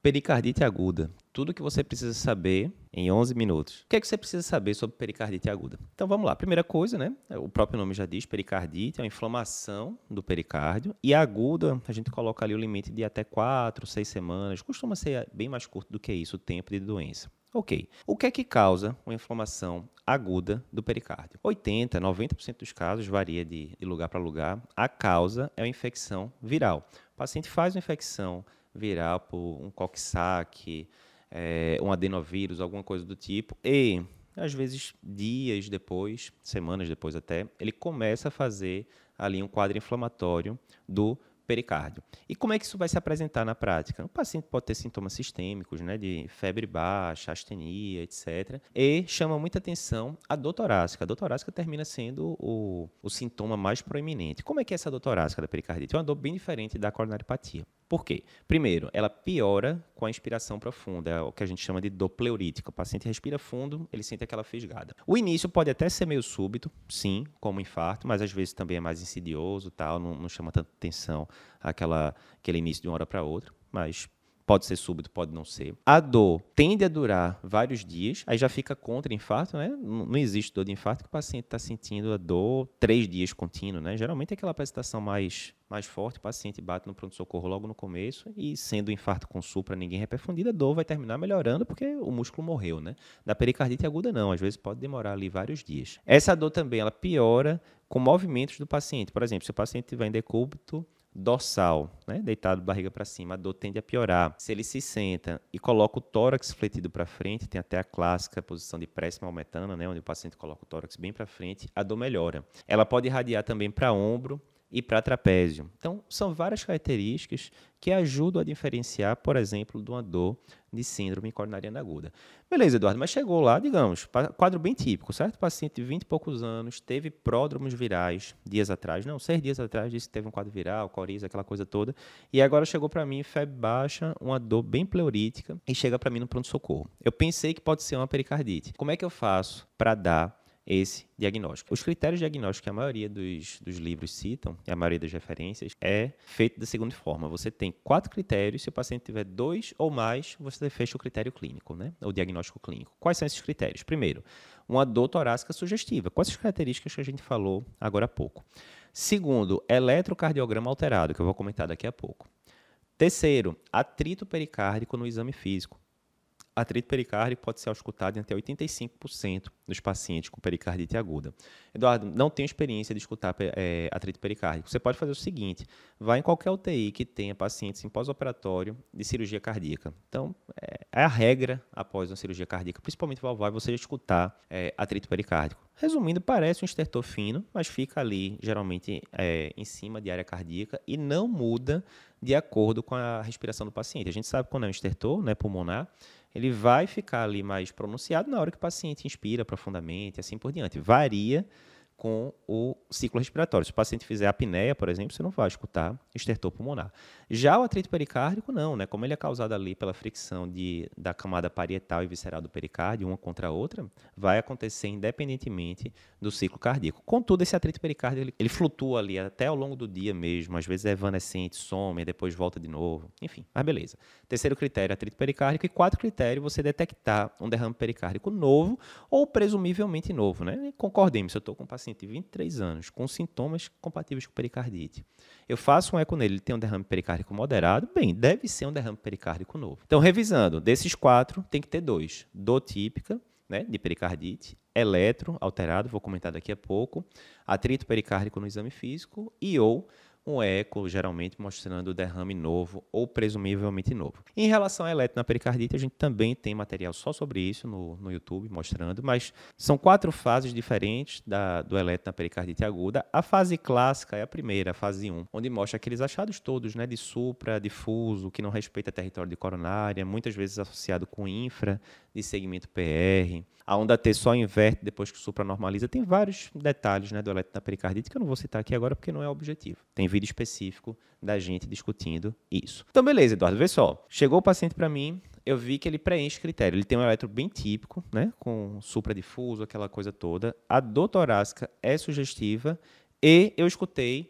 Pericardite aguda. Tudo que você precisa saber em 11 minutos. O que é que você precisa saber sobre pericardite aguda? Então vamos lá. Primeira coisa, né? O próprio nome já diz, pericardite é uma inflamação do pericárdio. E aguda, a gente coloca ali o limite de até 4, 6 semanas. Costuma ser bem mais curto do que isso, o tempo de doença. Ok. O que é que causa uma inflamação aguda do pericárdio? 80%, 90% dos casos, varia de lugar para lugar, a causa é uma infecção viral. O paciente faz uma infecção viral por um coxsackie, um adenovírus, alguma coisa do tipo, e às vezes dias depois, semanas depois até, ele começa a fazer ali um quadro inflamatório do pericárdio. E como é que isso vai se apresentar na prática? O paciente pode ter sintomas sistêmicos, né, de febre baixa, astenia, etc. E chama muita atenção a dor torácica. A dor torácica termina sendo o sintoma mais proeminente. Como é que é essa dor torácica da pericardite? É uma dor bem diferente da coronariopatia. Por quê? Primeiro, ela piora com a inspiração profunda, é o que a gente chama de dor pleurítica. O paciente respira fundo, ele sente aquela fisgada. O início pode até ser meio súbito, sim, como infarto, mas às vezes também é mais insidioso, tal, não chama tanta atenção aquele início de uma hora para outra, mas pode ser súbito, pode não ser. A dor tende a durar vários dias, aí já fica contra infarto, né? Não existe dor de infarto que o paciente está sentindo a dor 3 dias contínuo, né? Geralmente é aquela apresentação mais forte, o paciente bate no pronto-socorro logo no começo e, sendo infarto com supra, ninguém reperfundido, a dor vai terminar melhorando porque o músculo morreu, né? Da pericardite aguda não, às vezes pode demorar ali vários dias. Essa dor também, ela piora com movimentos do paciente. Por exemplo, se o paciente tiver em decúbito dorsal, né, deitado barriga para cima, a dor tende a piorar. Se ele se senta e coloca o tórax fletido para frente, tem até a clássica posição de prece maometana, né, onde o paciente coloca o tórax bem para frente, a dor melhora. Ela pode irradiar também para ombro e para trapézio. Então, são várias características que ajudam a diferenciar, por exemplo, de uma dor de síndrome coronariana aguda. Beleza, Eduardo, mas chegou lá, digamos, quadro bem típico, certo? Paciente de 20 e poucos anos, teve pródromos virais dias atrás, 6 dias atrás, disse que teve um quadro viral, coriza, aquela coisa toda, e agora chegou para mim febre baixa, uma dor bem pleurítica, e chega para mim no pronto-socorro. Eu pensei que pode ser uma pericardite. Como é que eu faço para dar esse diagnóstico? Os critérios diagnósticos que a maioria dos livros citam, e a maioria das referências, é feito da seguinte forma. Você tem 4 critérios, se o paciente tiver 2 ou mais, você fecha o critério clínico, né? O diagnóstico clínico. Quais são esses critérios? Primeiro, uma dor torácica sugestiva. Quais as características que a gente falou agora há pouco? Segundo, eletrocardiograma alterado, que eu vou comentar daqui a pouco. Terceiro, atrito pericárdico no exame físico. Atrito pericárdico pode ser auscultado em até 85% dos pacientes com pericardite aguda. Eduardo, não tenho experiência de escutar atrito pericárdico. Você pode fazer o seguinte, vai em qualquer UTI que tenha pacientes em pós-operatório de cirurgia cardíaca. Então, é a regra após uma cirurgia cardíaca, principalmente valvar, você escutar atrito pericárdico. Resumindo, parece um estertor fino, mas fica ali, geralmente, em cima de área cardíaca e não muda de acordo com a respiração do paciente. A gente sabe quando é um estertor, né, pulmonar, ele vai ficar ali mais pronunciado na hora que o paciente inspira profundamente, assim por diante. Varia com o ciclo respiratório. Se o paciente fizer apneia, por exemplo, você não vai escutar estertor pulmonar. Já o atrito pericárdico, não, né? Como ele é causado ali pela fricção da camada parietal e visceral do pericárdio, uma contra a outra, vai acontecer independentemente do ciclo cardíaco. Contudo, esse atrito pericárdico, ele flutua ali até ao longo do dia mesmo, às vezes é evanescente, some, depois volta de novo, enfim, mas beleza. Terceiro critério, atrito pericárdico, e 4 critérios, você detectar um derrame pericárdico novo ou presumivelmente novo, né? Concordemos, se eu estou com um paciente de 23 anos, com sintomas compatíveis com pericardite, eu faço um eco nele, ele tem um derrame pericárdico moderado, bem, deve ser um derrame pericárdico novo. Então, revisando, desses 4, tem que ter 2. Dor típica, né, de pericardite, eletro alterado, vou comentar daqui a pouco, atrito pericárdico no exame físico e ou um eco, geralmente mostrando o derrame novo ou presumivelmente novo. Em relação à eletro na pericardite, a gente também tem material só sobre isso no YouTube, mostrando, mas são 4 fases diferentes do eletro na pericardite aguda. A fase clássica é a primeira, a fase 1, onde mostra aqueles achados todos, né, de supra, difuso, que não respeita território de coronária, muitas vezes associado com infra, de segmento PR. A onda T só inverte depois que o supra normaliza. Tem vários detalhes, né, do eletro na pericardite que eu não vou citar aqui agora porque não é o objetivo. Tem vídeo específico da gente discutindo isso. Então, beleza, Eduardo, vê só. Chegou o paciente para mim, eu vi que ele preenche critério. Ele tem um eletro bem típico, né, com supradifuso, aquela coisa toda. A dor torácica é sugestiva E eu escutei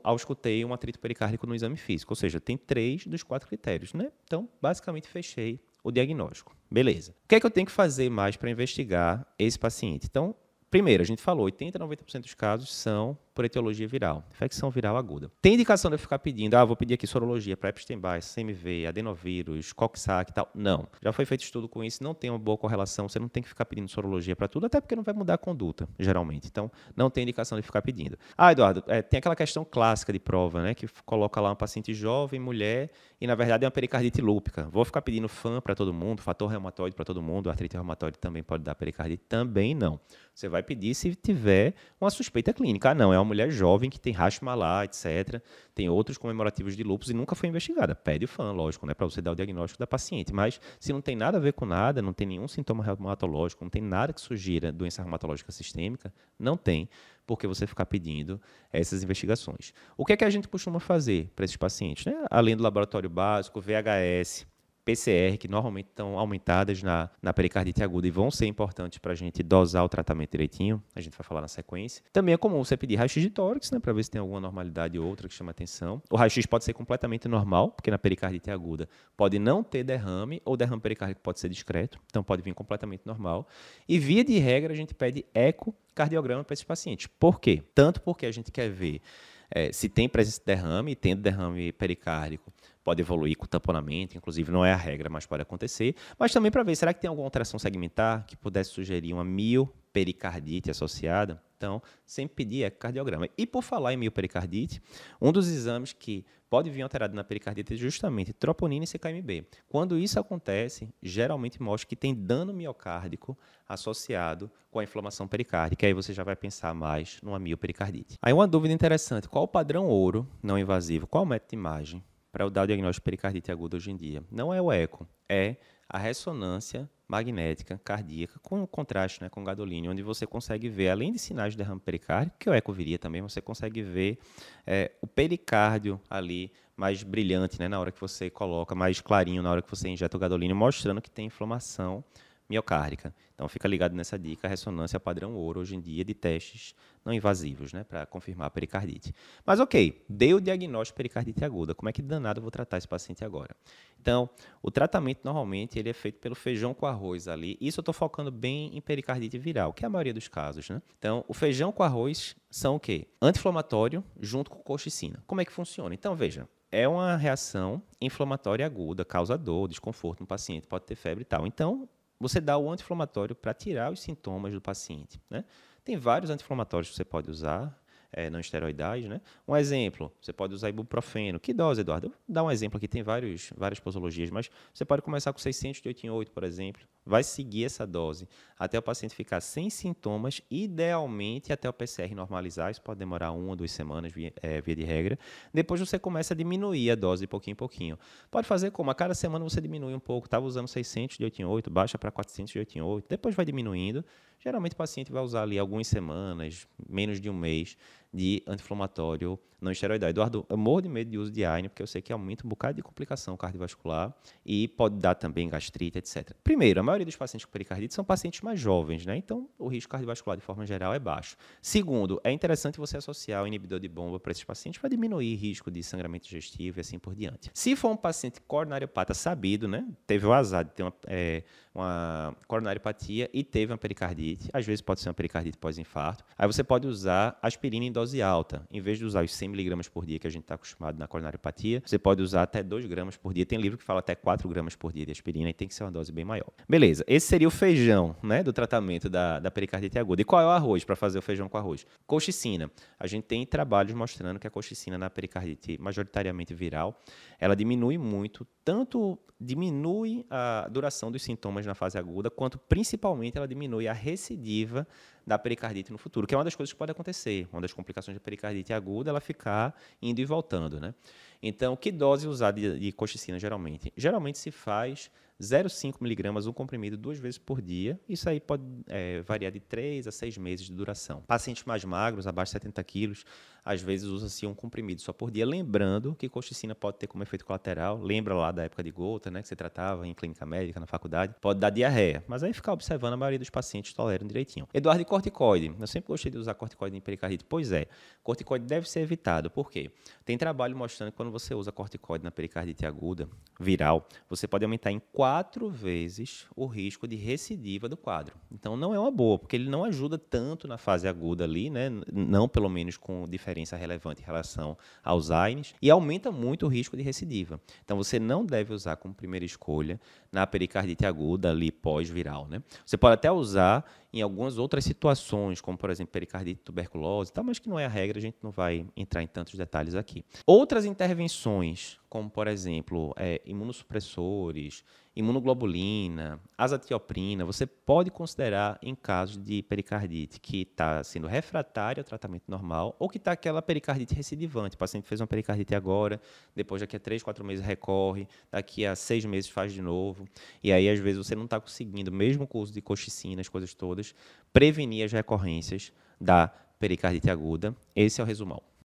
um atrito pericárdico no exame físico, ou seja, tem 3 dos 4 critérios, né? Então, basicamente, fechei o diagnóstico. Beleza. O que é que eu tenho que fazer mais para investigar esse paciente? Então, primeiro, a gente falou, 80 a 90% dos casos são por etiologia viral, infecção viral aguda. Tem indicação de eu ficar pedindo, vou pedir aqui sorologia para Epstein-Barr, CMV, adenovírus, Coxsackie e tal? Não. Já foi feito estudo com isso, não tem uma boa correlação, você não tem que ficar pedindo sorologia para tudo, até porque não vai mudar a conduta, geralmente. Então, não tem indicação de ficar pedindo. Eduardo, tem aquela questão clássica de prova, né, que coloca lá uma paciente jovem, mulher, e na verdade é uma pericardite lúpica. Vou ficar pedindo FAM para todo mundo, fator reumatoide para todo mundo, artrite reumatoide também pode dar pericardite? Também não. Você vai pedir se tiver uma suspeita clínica. Não, é uma mulher jovem que tem Hashimoto's, etc. Tem outros comemorativos de lúpus e nunca foi investigada. Pede o FAM, lógico, né, para você dar o diagnóstico da paciente. Mas se não tem nada a ver com nada, não tem nenhum sintoma reumatológico, não tem nada que sugira doença reumatológica sistêmica, não tem por que você ficar pedindo essas investigações. O que é que a gente costuma fazer para esses pacientes, né? Além do laboratório básico, VHS, PCR, que normalmente estão aumentadas na pericardite aguda e vão ser importantes para a gente dosar o tratamento direitinho, a gente vai falar na sequência. Também é comum você pedir raio-x de tórax, né, para ver se tem alguma normalidade ou outra que chama atenção. O raio-x pode ser completamente normal, porque na pericardite aguda pode não ter derrame, ou derrame pericárdico pode ser discreto, então pode vir completamente normal. E via de regra a gente pede ecocardiograma para esses pacientes. Por quê? Tanto porque a gente quer ver se tem presença de derrame, e tendo derrame pericárdico, pode evoluir com tamponamento, inclusive não é a regra, mas pode acontecer. Mas também para ver, será que tem alguma alteração segmentar que pudesse sugerir uma miopericardite associada? Então, sempre pedir ecocardiograma. E por falar em miopericardite, um dos exames que pode vir alterado na pericardite é justamente troponina e CKMB. Quando isso acontece, geralmente mostra que tem dano miocárdico associado com a inflamação pericárdica. Aí você já vai pensar mais numa miopericardite. Aí uma dúvida interessante, qual o padrão ouro não invasivo? Qual o método de imagem para eu dar o diagnóstico de pericardite aguda hoje em dia? Não é o eco, é a ressonância magnética cardíaca com contraste, né, com gadolínio, onde você consegue ver, além de sinais de derrame pericárdico, que o eco viria também, você consegue ver o pericárdio ali mais brilhante, né, na hora que você coloca, mais clarinho na hora que você injeta o gadolínio, mostrando que tem inflamação miocárdica. Então, fica ligado nessa dica, a ressonância é padrão ouro hoje em dia de testes não invasivos, né, para confirmar a pericardite. Mas, ok, dei o diagnóstico de pericardite aguda, como é que danado eu vou tratar esse paciente agora? Então, o tratamento, normalmente, ele é feito pelo feijão com arroz ali. Isso eu estou focando bem em pericardite viral, que é a maioria dos casos, né? Então, o feijão com arroz são o quê? Anti-inflamatório junto com colchicina. Como é que funciona? Então, veja, é uma reação inflamatória aguda, causa dor, desconforto no paciente, pode ter febre e tal. Então, você dá o anti-inflamatório para tirar os sintomas do paciente, né? Tem vários anti-inflamatórios que você pode usar, não esteroidais, né? Um exemplo, você pode usar ibuprofeno. Que dose, Eduardo? Vou dar um exemplo aqui, tem várias posologias, mas você pode começar com 600 de 8 em 8, por exemplo. Vai seguir essa dose até o paciente ficar sem sintomas, idealmente até o PCR normalizar. Isso pode demorar 1 ou 2 semanas, via de regra. Depois você começa a diminuir a dose de pouquinho em pouquinho. Pode fazer como? A cada semana você diminui um pouco. Estava usando 600 de 8 em 8, baixa para 400 de 8 em 8. Depois vai diminuindo. Geralmente o paciente vai usar ali algumas semanas, menos de um mês, de anti-inflamatório não esteroidal. Eduardo, eu morro de medo de uso de AINE, porque eu sei que aumenta um bocado de complicação cardiovascular e pode dar também gastrite, etc. Primeiro, a maioria dos pacientes com pericardite são pacientes mais jovens, né? Então o risco cardiovascular de forma geral é baixo. Segundo, é interessante você associar o inibidor de bomba para esses pacientes para diminuir o risco de sangramento digestivo e assim por diante. Se for um paciente coronariopata sabido, né? Teve o azar de ter uma coronariopatia e teve uma pericardite, às vezes pode ser uma pericardite pós-infarto, aí você pode usar aspirina em dose alta. Em vez de usar os 100 mg por dia que a gente está acostumado na coronariopatia, você pode usar até 2 gramas por dia. Tem livro que fala até 4 gramas por dia de aspirina e tem que ser uma dose bem maior. Beleza, esse seria o feijão, né, do tratamento da pericardite aguda. E qual é o arroz para fazer o feijão com arroz? Colchicina. A gente tem trabalhos mostrando que a colchicina na pericardite majoritariamente viral, ela diminui muito, tanto diminui a duração dos sintomas na fase aguda, quanto principalmente ela diminui a recidiva da pericardite no futuro, que é uma das coisas que pode acontecer, uma das complicações da pericardite aguda, ela ficar indo e voltando, né? Então, que dose usar de colchicina geralmente? Geralmente se faz 0,5 mg um comprimido 2 vezes por dia. Isso aí pode variar de 3 a 6 meses de duração. Pacientes mais magros, abaixo de 70 quilos, às vezes usa-se um comprimido só por dia. Lembrando que colchicina pode ter como efeito colateral, lembra lá da época de gota, né, que você tratava em clínica médica, na faculdade, pode dar diarreia. Mas aí ficar observando, a maioria dos pacientes toleram direitinho. Eduardo, corticoide? Eu sempre gostei de usar corticoide em pericardite. Pois é, corticoide deve ser evitado. Por quê? Tem trabalho mostrando que quando você usa corticoide na pericardite aguda, viral, você pode aumentar em 4 vezes o risco de recidiva do quadro. Então, não é uma boa, porque ele não ajuda tanto na fase aguda ali, né? Não pelo menos com diferença relevante em relação aos AINES, e aumenta muito o risco de recidiva. Então, você não deve usar como primeira escolha na pericardite aguda ali pós-viral, né? Você pode até usar em algumas outras situações, como, por exemplo, pericardite, tuberculose, tá? Mas que não é a regra, a gente não vai entrar em tantos detalhes aqui. Outras intervenções, como, por exemplo, imunossupressores, imunoglobulina, azatioprina, você pode considerar em casos de pericardite que está sendo refratário ao tratamento normal ou que está aquela pericardite recidivante. O paciente fez uma pericardite agora, depois daqui a 3, 4 meses recorre, daqui a 6 meses faz de novo. E aí, às vezes, você não está conseguindo, mesmo com o uso de colchicina, as coisas todas, prevenir as recorrências da pericardite aguda. Esse é o resumão.